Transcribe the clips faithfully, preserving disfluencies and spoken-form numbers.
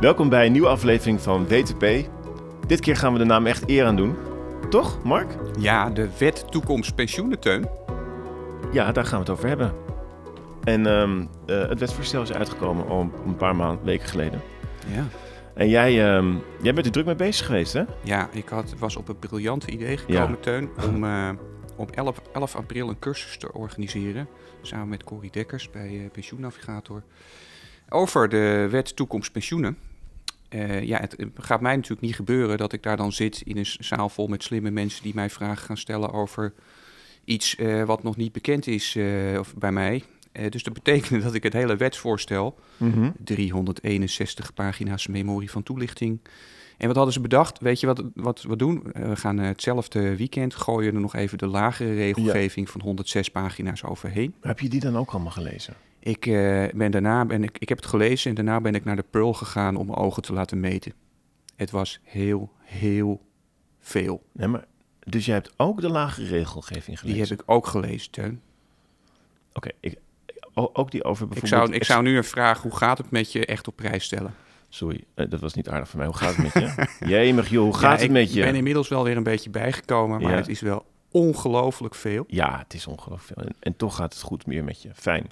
Welkom bij een nieuwe aflevering van W T P. Dit keer gaan we de naam echt eer aan doen. Toch, Mark? Ja, de wet toekomst pensioenenteun. Ja, daar gaan we het over hebben. En um, uh, het wetsvoorstel is uitgekomen al een paar maanden, weken geleden. Ja. En jij, um, jij bent er druk mee bezig geweest, hè? Ja, ik had, was op het briljante idee gekomen, Ja. Teun, om uh, op elf april een cursus te organiseren. Samen met Corrie Dekkers bij uh, Pensioennavigator. Over de wet toekomst pensioenen. Uh, ja, het gaat mij natuurlijk niet gebeuren dat ik daar dan zit in een zaal vol met slimme mensen die mij vragen gaan stellen over iets uh, wat nog niet bekend is uh, of bij mij. Uh, dus dat betekent dat ik het hele wetsvoorstel, Mm-hmm. driehonderdeenenzestig pagina's memorie van toelichting. En wat hadden ze bedacht? Weet je wat, wat we doen? Uh, we gaan uh, hetzelfde weekend gooien er nog even de lagere regelgeving ja. van honderdzes pagina's overheen. Heb je die dan ook allemaal gelezen? Ik, uh, ben daarna ben ik, ik heb het gelezen en daarna ben ik naar de Pearl gegaan om mijn ogen te laten meten. Het was heel, heel veel. Nee, maar, dus jij hebt ook de lagere regelgeving gelezen? Die heb ik ook gelezen, Teun. Oké, okay, ook die over bijvoorbeeld... Ik zou, ik zou nu een vraag, hoe gaat het met je, echt op prijs stellen. Sorry, uh, dat was niet aardig voor mij. Hoe gaat het met je? Jemig joh, hoe gaat ja, het met je? Ik ben inmiddels wel weer een beetje bijgekomen, maar ja. het is wel ongelooflijk veel. Ja, het is ongelooflijk veel. En, en toch gaat het goed meer met je. Fijn.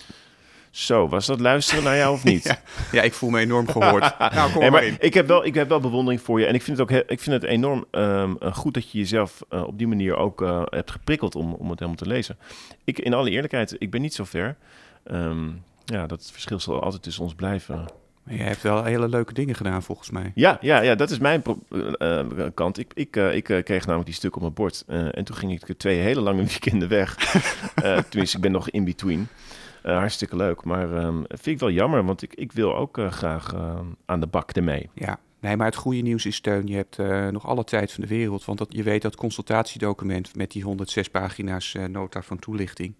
Zo, was dat luisteren naar jou of niet? ja, ja, ik voel me enorm gehoord. nou, kom hey, maar maar in. Ik heb, wel, ik heb wel bewondering voor je. En ik vind het ook he- ik vind het enorm um, goed dat je jezelf uh, op die manier ook uh, hebt geprikkeld om, om het helemaal te lezen. Ik, in alle eerlijkheid, ik ben niet zo ver. Um, ja, dat verschil zal altijd tussen ons blijven. Maar je hebt wel hele leuke dingen gedaan, volgens mij. Ja, ja, ja dat is mijn pro- uh, kant. Ik, ik, uh, ik uh, kreeg namelijk die stuk op mijn bord. Uh, en toen ging ik twee hele lange weekenden weg. uh, tenminste, ik ben nog in between. Uh, hartstikke leuk, maar um, vind ik wel jammer, want ik, ik wil ook uh, graag uh, aan de bak ermee. Ja, nee, maar het goede nieuws is, Teun, je hebt uh, nog alle tijd van de wereld. Want dat, je weet dat consultatiedocument met die honderdzes pagina's uh, nota van toelichting.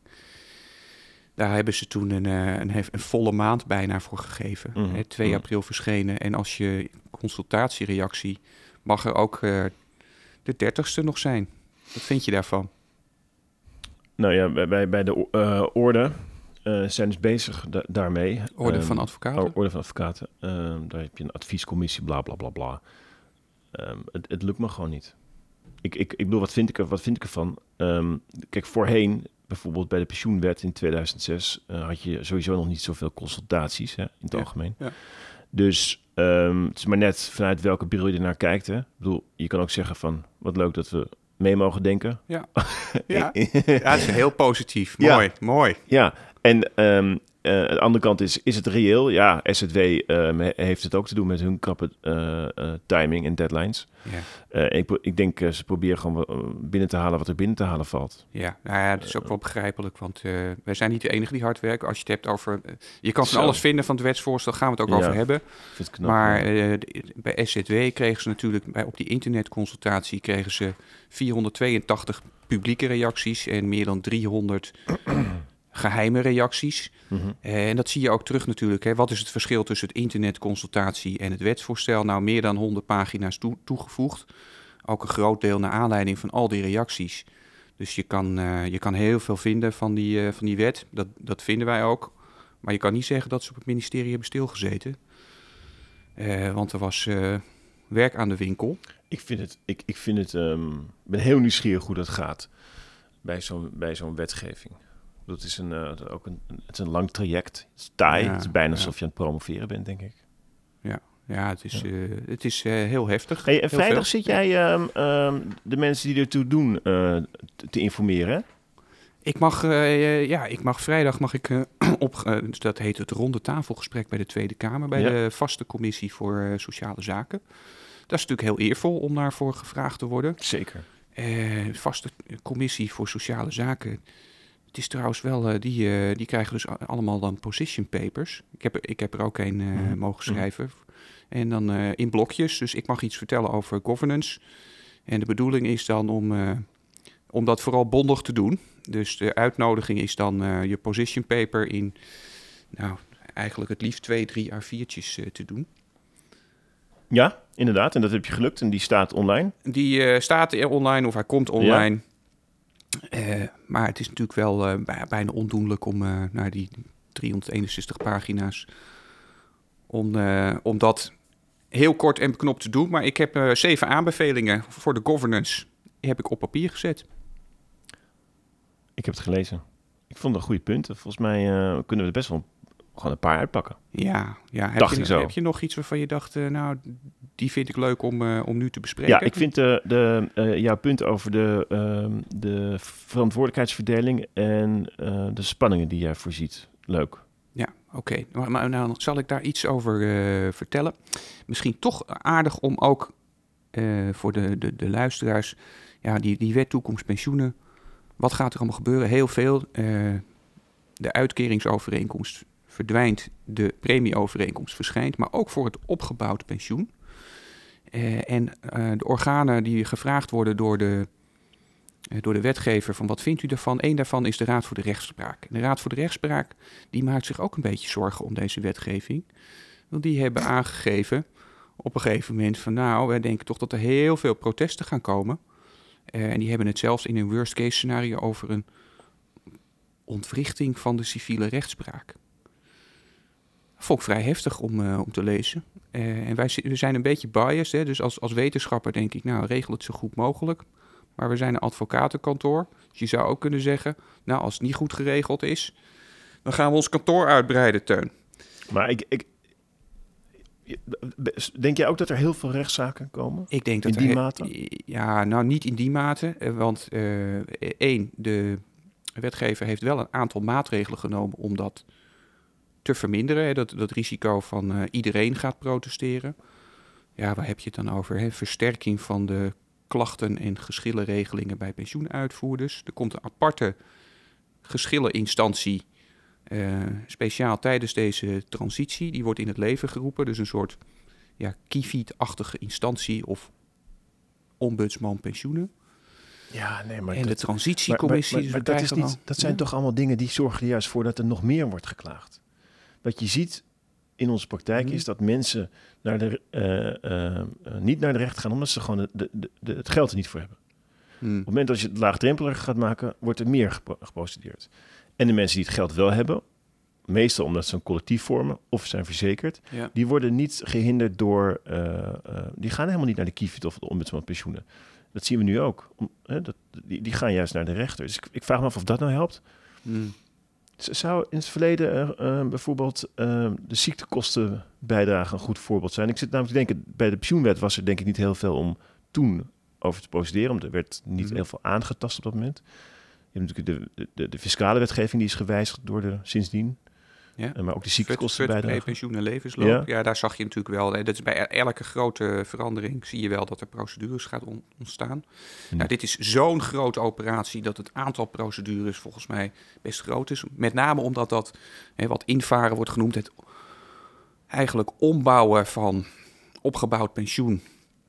Daar hebben ze toen een, uh, een, een volle maand bijna voor gegeven. Mm-hmm. Hè, twee april verschenen. En als je consultatiereactie mag er ook uh, de dertigste nog zijn. Wat vind je daarvan? Nou ja, bij, bij de uh, orde... Uh, zijn dus bezig da- daarmee. Orde um, van advocaten? Oh, orde van advocaten. Um, daar heb je een adviescommissie, bla bla bla bla. Um, het, het lukt me gewoon niet. Ik, ik, ik bedoel, wat vind ik, er, wat vind ik ervan? Um, kijk, voorheen, bijvoorbeeld bij de pensioenwet in tweeduizend zes... Uh, had je sowieso nog niet zoveel consultaties, hè, in het ja, algemeen. Ja. Dus um, het is maar net vanuit welke bril je ernaar kijkt. Hè. Ik bedoel, je kan ook zeggen van, wat leuk dat we mee mogen denken. Ja, ja. ja het is heel positief. Mooi, ja. mooi. Ja, en um, uh, de andere kant is, is het reëel? Ja, S Z W um, heeft het ook te doen met hun krappe uh, uh, timing en deadlines. Ja. Uh, ik, ik denk, uh, ze proberen gewoon binnen te halen wat er binnen te halen valt. Ja, nou ja, dat is ook wel begrijpelijk, want uh, wij zijn niet de enige die hard werken. Als je het hebt over... Uh, je kan van Zo. alles vinden van het wetsvoorstel, gaan we het ook ja, over hebben. Het knap, maar uh, de, bij S Z W kregen ze natuurlijk, bij, op die internetconsultatie kregen ze vierhonderdtweeëntachtig publieke reacties en meer dan driehonderd geheime reacties. Mm-hmm. Uh, en dat zie je ook terug natuurlijk. Hè. Wat is het verschil tussen het internetconsultatie en het wetsvoorstel? Nou, meer dan honderd pagina's toe, toegevoegd. Ook een groot deel naar aanleiding van al die reacties. Dus je kan, uh, je kan heel veel vinden van die, uh, van die wet. Dat, dat vinden wij ook. Maar je kan niet zeggen dat ze op het ministerie hebben stilgezeten. Uh, want er was uh, werk aan de winkel. Ik vind het, ik, ik vind het, um, ben heel nieuwsgierig hoe dat gaat bij zo'n, bij zo'n wetgeving. Dat is een, uh, ook een, het is een lang traject. Het is taai. Ja, het is bijna ja. alsof je aan het promoveren bent, denk ik. Ja, ja het is, ja. Uh, het is uh, heel heftig. Hey, en heel vrijdag veel. zit jij um, um, de mensen die ertoe doen uh, te, te informeren, hè? Ik mag, uh, ja, ik mag vrijdag mag ik uh, op, uh, dat heet het ronde tafelgesprek bij de Tweede Kamer, bij ja. de vaste commissie voor uh, sociale zaken. Dat is natuurlijk heel eervol om daarvoor gevraagd te worden. Zeker. Uh, vaste commissie voor sociale zaken. Het is trouwens wel, uh, die, uh, die krijgen dus allemaal dan position papers. Ik heb, ik heb er ook een uh, mm-hmm. mogen schrijven. Mm-hmm. En dan uh, in blokjes. Dus ik mag iets vertellen over governance. En de bedoeling is dan om, uh, om dat vooral bondig te doen. Dus de uitnodiging is dan uh, je position paper in, nou, eigenlijk het liefst twee, drie A viertjes uh, te doen. Ja, inderdaad. En dat heb je gelukt. En die staat online? Die uh, staat er online of hij komt online. Ja. Uh, maar het is natuurlijk wel uh, bijna ondoenlijk om uh, naar die driehonderdeenenzestig pagina's... Om, uh, om dat heel kort en beknopt te doen. Maar ik heb uh, zeven aanbevelingen voor de governance. Die heb ik op papier gezet. Ik heb het gelezen. Ik vond het een goede punten. Volgens mij uh, kunnen we er best wel gewoon een paar uitpakken. Ja, ja. Heb, dacht je, ik zo. heb je nog iets waarvan je dacht, uh, nou, die vind ik leuk om, uh, om nu te bespreken? Ja, ik vind de, de, uh, jouw punt over de, uh, de verantwoordelijkheidsverdeling en uh, de spanningen die jij voorziet leuk. Ja, oké. Okay. Maar, maar nou zal ik daar iets over uh, vertellen. Misschien toch aardig om ook uh, voor de, de, de luisteraars, ja, die, die wet toekomst pensioenen, wat gaat er allemaal gebeuren? Heel veel. Uh, de uitkeringsovereenkomst verdwijnt, de premieovereenkomst verschijnt, maar ook voor het opgebouwd pensioen. Uh, en uh, de organen die gevraagd worden door de, uh, door de wetgever van wat vindt u daarvan? Eén daarvan is de Raad voor de Rechtspraak. En de Raad voor de Rechtspraak die maakt zich ook een beetje zorgen om deze wetgeving. Want die hebben aangegeven op een gegeven moment van nou, wij denken toch dat er heel veel protesten gaan komen. Uh, en die hebben het zelfs in een worst case scenario over een ontwrichting van de civiele rechtspraak. Vond ik vrij heftig om, uh, om te lezen. Uh, en wij we zijn een beetje biased, hè? Dus als, als wetenschapper denk ik, nou, regel het zo goed mogelijk. Maar we zijn een advocatenkantoor. Dus je zou ook kunnen zeggen, nou, als het niet goed geregeld is, dan gaan we ons kantoor uitbreiden, Teun. Maar ik, ik denk jij ook dat er heel veel rechtszaken komen? Ik denk dat in die er, mate? Ja, nou, niet in die mate. Want uh, één, de wetgever heeft wel een aantal maatregelen genomen om dat te verminderen. Hè, dat, dat risico van uh, iedereen gaat protesteren. Ja, waar heb je het dan over? Hè? Versterking van de klachten- en geschillenregelingen bij pensioenuitvoerders. Er komt een aparte geschilleninstantie uh, speciaal tijdens deze transitie. Die wordt in het leven geroepen. Dus een soort ja, Kiefiet-achtige instantie of ombudsman pensioenen. Ja, nee, maar en dat, de transitiecommissie. Maar, maar, maar, maar dat, is niet, dat zijn ja? toch allemaal dingen die zorgen er juist voor dat er nog meer wordt geklaagd. Wat je ziet in onze praktijk mm. is dat mensen naar de, uh, uh, uh, niet naar de rechter gaan omdat ze gewoon de, de, de, het geld er niet voor hebben. Mm. Op het moment dat je het laagdrempeliger gaat maken, wordt er meer gepro- geprocedeerd. En de mensen die het geld wel hebben, meestal omdat ze een collectief vormen of zijn verzekerd, ja. die worden niet gehinderd door, uh, uh, die gaan helemaal niet naar de Kiefiet of de ombudsman pensioenen. Dat zien we nu ook. Om, hè, dat, die, die gaan juist naar de rechter. Dus ik, ik vraag me af of dat nou helpt. Mm. Zou in het verleden uh, uh, bijvoorbeeld uh, de ziektekostenbijdrage een goed voorbeeld zijn? Ik zit namelijk te denken, bij de pensioenwet was er denk ik niet heel veel om toen over te procederen. Want er werd niet mm. heel veel aangetast op dat moment. Je hebt natuurlijk de, de, de fiscale wetgeving die is gewijzigd door de sindsdien. Ja. Uh, maar ook de ziektekostenbijdrage. Pensioen en levensloop. Ja. ja, daar zag je natuurlijk wel. Dat is bij elke grote verandering zie je wel dat er procedures gaat on- ontstaan. Mm. Nou, dit is zo'n grote operatie dat het aantal procedures volgens mij best groot is. Met name omdat dat, hè, wat invaren wordt genoemd, het eigenlijk ombouwen van opgebouwd pensioen,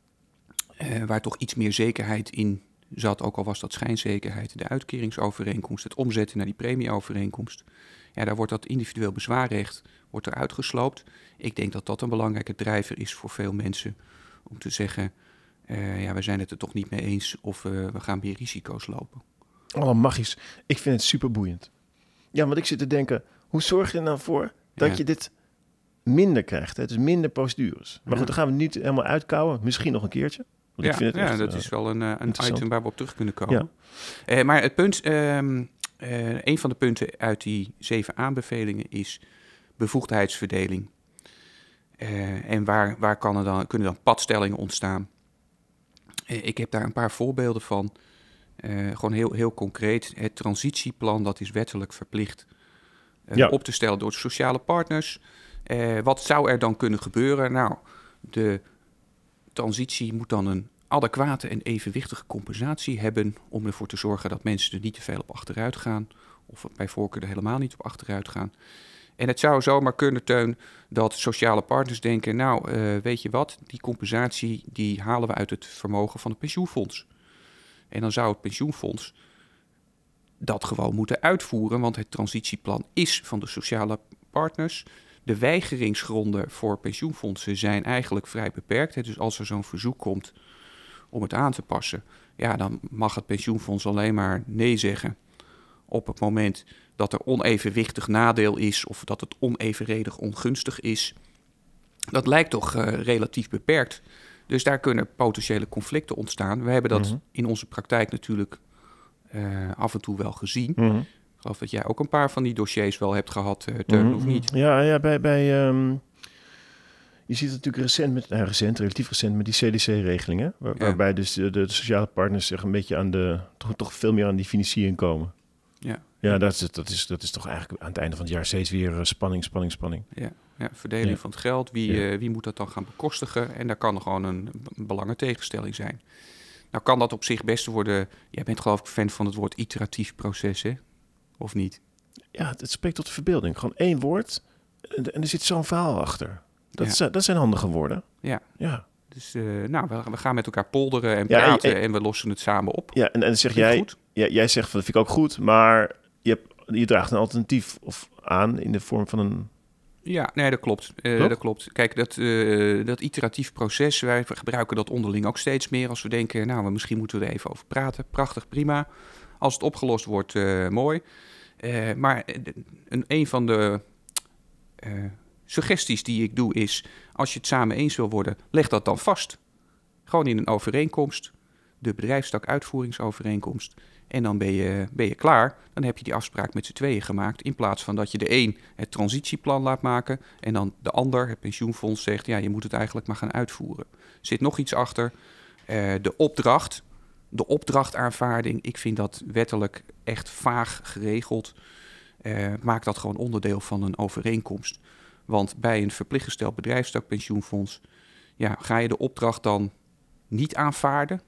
uh, waar toch iets meer zekerheid in zat, ook al was dat schijnzekerheid, de uitkeringsovereenkomst, het omzetten naar die premieovereenkomst. Ja, daar wordt dat individueel bezwaarrecht wordt er uitgesloopt. Ik denk dat dat een belangrijke drijver is voor veel mensen om te zeggen, uh, ja, we zijn het er toch niet mee eens of uh, we gaan meer risico's lopen. Oh, magisch. Ik vind het super boeiend. Ja, want ik zit te denken, hoe zorg je er nou voor dat ja. je dit minder krijgt? Hè? Dus minder procedures. Maar ja. goed, dan gaan we niet helemaal uitkouwen. Misschien nog een keertje. Want ja, ik vind het ja echt, dat uh, is wel een, uh, een item waar we op terug kunnen komen. Ja. Uh, maar het punt, uh, uh, een van de punten uit die zeven aanbevelingen is bevoegdheidsverdeling. Uh, en waar, waar kan er dan, kunnen dan padstellingen ontstaan? Uh, ik heb daar een paar voorbeelden van. Uh, gewoon heel, heel concreet. Het transitieplan, dat is wettelijk verplicht uh, ja. op te stellen door de sociale partners. Uh, wat zou er dan kunnen gebeuren? Nou, de transitie moet dan een adequate en evenwichtige compensatie hebben om ervoor te zorgen dat mensen er niet te veel op achteruit gaan of bij voorkeur er helemaal niet op achteruit gaan. En het zou zomaar kunnen, Teun, dat sociale partners denken, nou, uh, weet je wat, die compensatie die halen we uit het vermogen van het pensioenfonds. En dan zou het pensioenfonds dat gewoon moeten uitvoeren, want het transitieplan is van de sociale partners. De weigeringsgronden voor pensioenfondsen zijn eigenlijk vrij beperkt. Hè. Dus als er zo'n verzoek komt om het aan te passen, ja, dan mag het pensioenfonds alleen maar nee zeggen op het moment dat er onevenwichtig nadeel is of dat het onevenredig ongunstig is. dat lijkt toch uh, relatief beperkt. Dus daar kunnen potentiële conflicten ontstaan. We hebben dat mm-hmm. in onze praktijk natuurlijk uh, af en toe wel gezien. Mm-hmm. Ik geloof dat jij ook een paar van die dossiers wel hebt gehad, uh, Teun, mm-hmm. of niet? Ja, ja bij... bij um... Je ziet het natuurlijk recent, met, nou recent, relatief recent met die C D C-regelingen. Waar, ja. Waarbij dus de, de sociale partners zich een beetje aan de... Toch, toch veel meer aan die financiering komen. Ja, ja dat, is, dat, is, dat is toch eigenlijk aan het einde van het jaar steeds weer uh, spanning, spanning, spanning. Ja, ja verdeling ja. van het geld. Wie, ja. uh, wie moet dat dan gaan bekostigen? En daar kan gewoon een, een belangentegenstelling zijn. Nou kan dat op zich best worden... Jij bent geloof ik fan van het woord iteratief proces, hè? Of niet? Ja, het spreekt tot de verbeelding. Gewoon één woord en, en er zit zo'n verhaal achter. Dat, ja. is, dat zijn handige woorden. Ja. ja. Dus uh, nou, we, we gaan met elkaar polderen en praten ja, en, en, en we lossen het samen op. Ja, en, en zeg jij, goed? Ja, jij zegt van dat vind ik ook goed, maar je, hebt, je draagt een alternatief of aan in de vorm van een... Ja, nee, dat klopt. Uh, dat klopt. Kijk, dat, uh, dat iteratief proces, wij gebruiken dat onderling ook steeds meer als we denken, nou, misschien moeten we er even over praten. Prachtig, prima. Als het opgelost wordt, uh, mooi. Uh, maar een, een van de... Uh, suggesties die ik doe is, als je het samen eens wil worden, leg dat dan vast. Gewoon in een overeenkomst, de bedrijfstak uitvoeringsovereenkomst. En dan ben je, ben je klaar. Dan heb je die afspraak met z'n tweeën gemaakt. In plaats van dat je de een het transitieplan laat maken en dan de ander, het pensioenfonds, zegt, ja, je moet het eigenlijk maar gaan uitvoeren. Er zit nog iets achter. Uh, de opdracht, de opdrachtaanvaarding, ik vind dat wettelijk echt vaag geregeld. Uh, maak dat gewoon onderdeel van een overeenkomst. Want bij een verplicht gesteld bedrijfstakpensioenfonds... Ja, ga je de opdracht dan niet aanvaarden?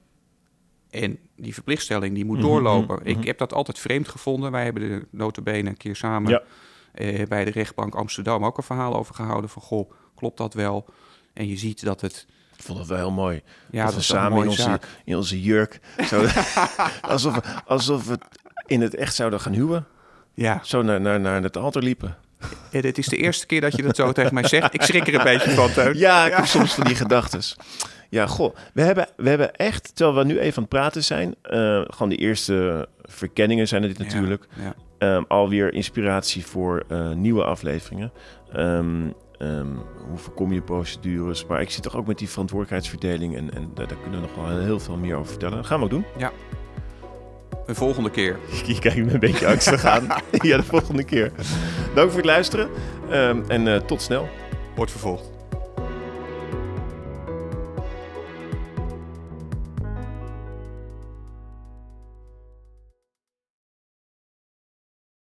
En die verplichtstelling die moet mm-hmm, doorlopen. Mm-hmm. Ik heb dat altijd vreemd gevonden. Wij hebben er nota bene een keer samen... Ja. Eh, bij de rechtbank Amsterdam ook een verhaal over gehouden... van, goh, klopt dat wel? En je ziet dat het... Ik vond het wel heel mooi. Ja, dat, dat we samen in onze, in onze jurk... Zouden, alsof, we, alsof we in het echt zouden gaan huwen. Ja. Zo naar, naar, naar het altaar liepen. Ja, dit is de eerste keer dat je dat zo tegen mij zegt. Ik schrik er een beetje van, Teun. Ja, ik ja. heb soms van die gedachtes. Ja, goh. We hebben, we hebben echt, terwijl we nu even aan het praten zijn... Uh, gewoon de eerste verkenningen zijn er dit natuurlijk. Ja, ja. Um, alweer inspiratie voor uh, nieuwe afleveringen. Um, um, hoe voorkom je procedures? Maar ik zit toch ook met die verantwoordelijkheidsverdeling... en, en daar, daar kunnen we nog wel heel veel meer over vertellen. Dat gaan we ook doen. Ja. Een volgende keer. Je kijkt me een beetje angstig aan. Ja, de volgende keer. Dank voor het luisteren. Um, en uh, tot snel. Wordt vervolgd.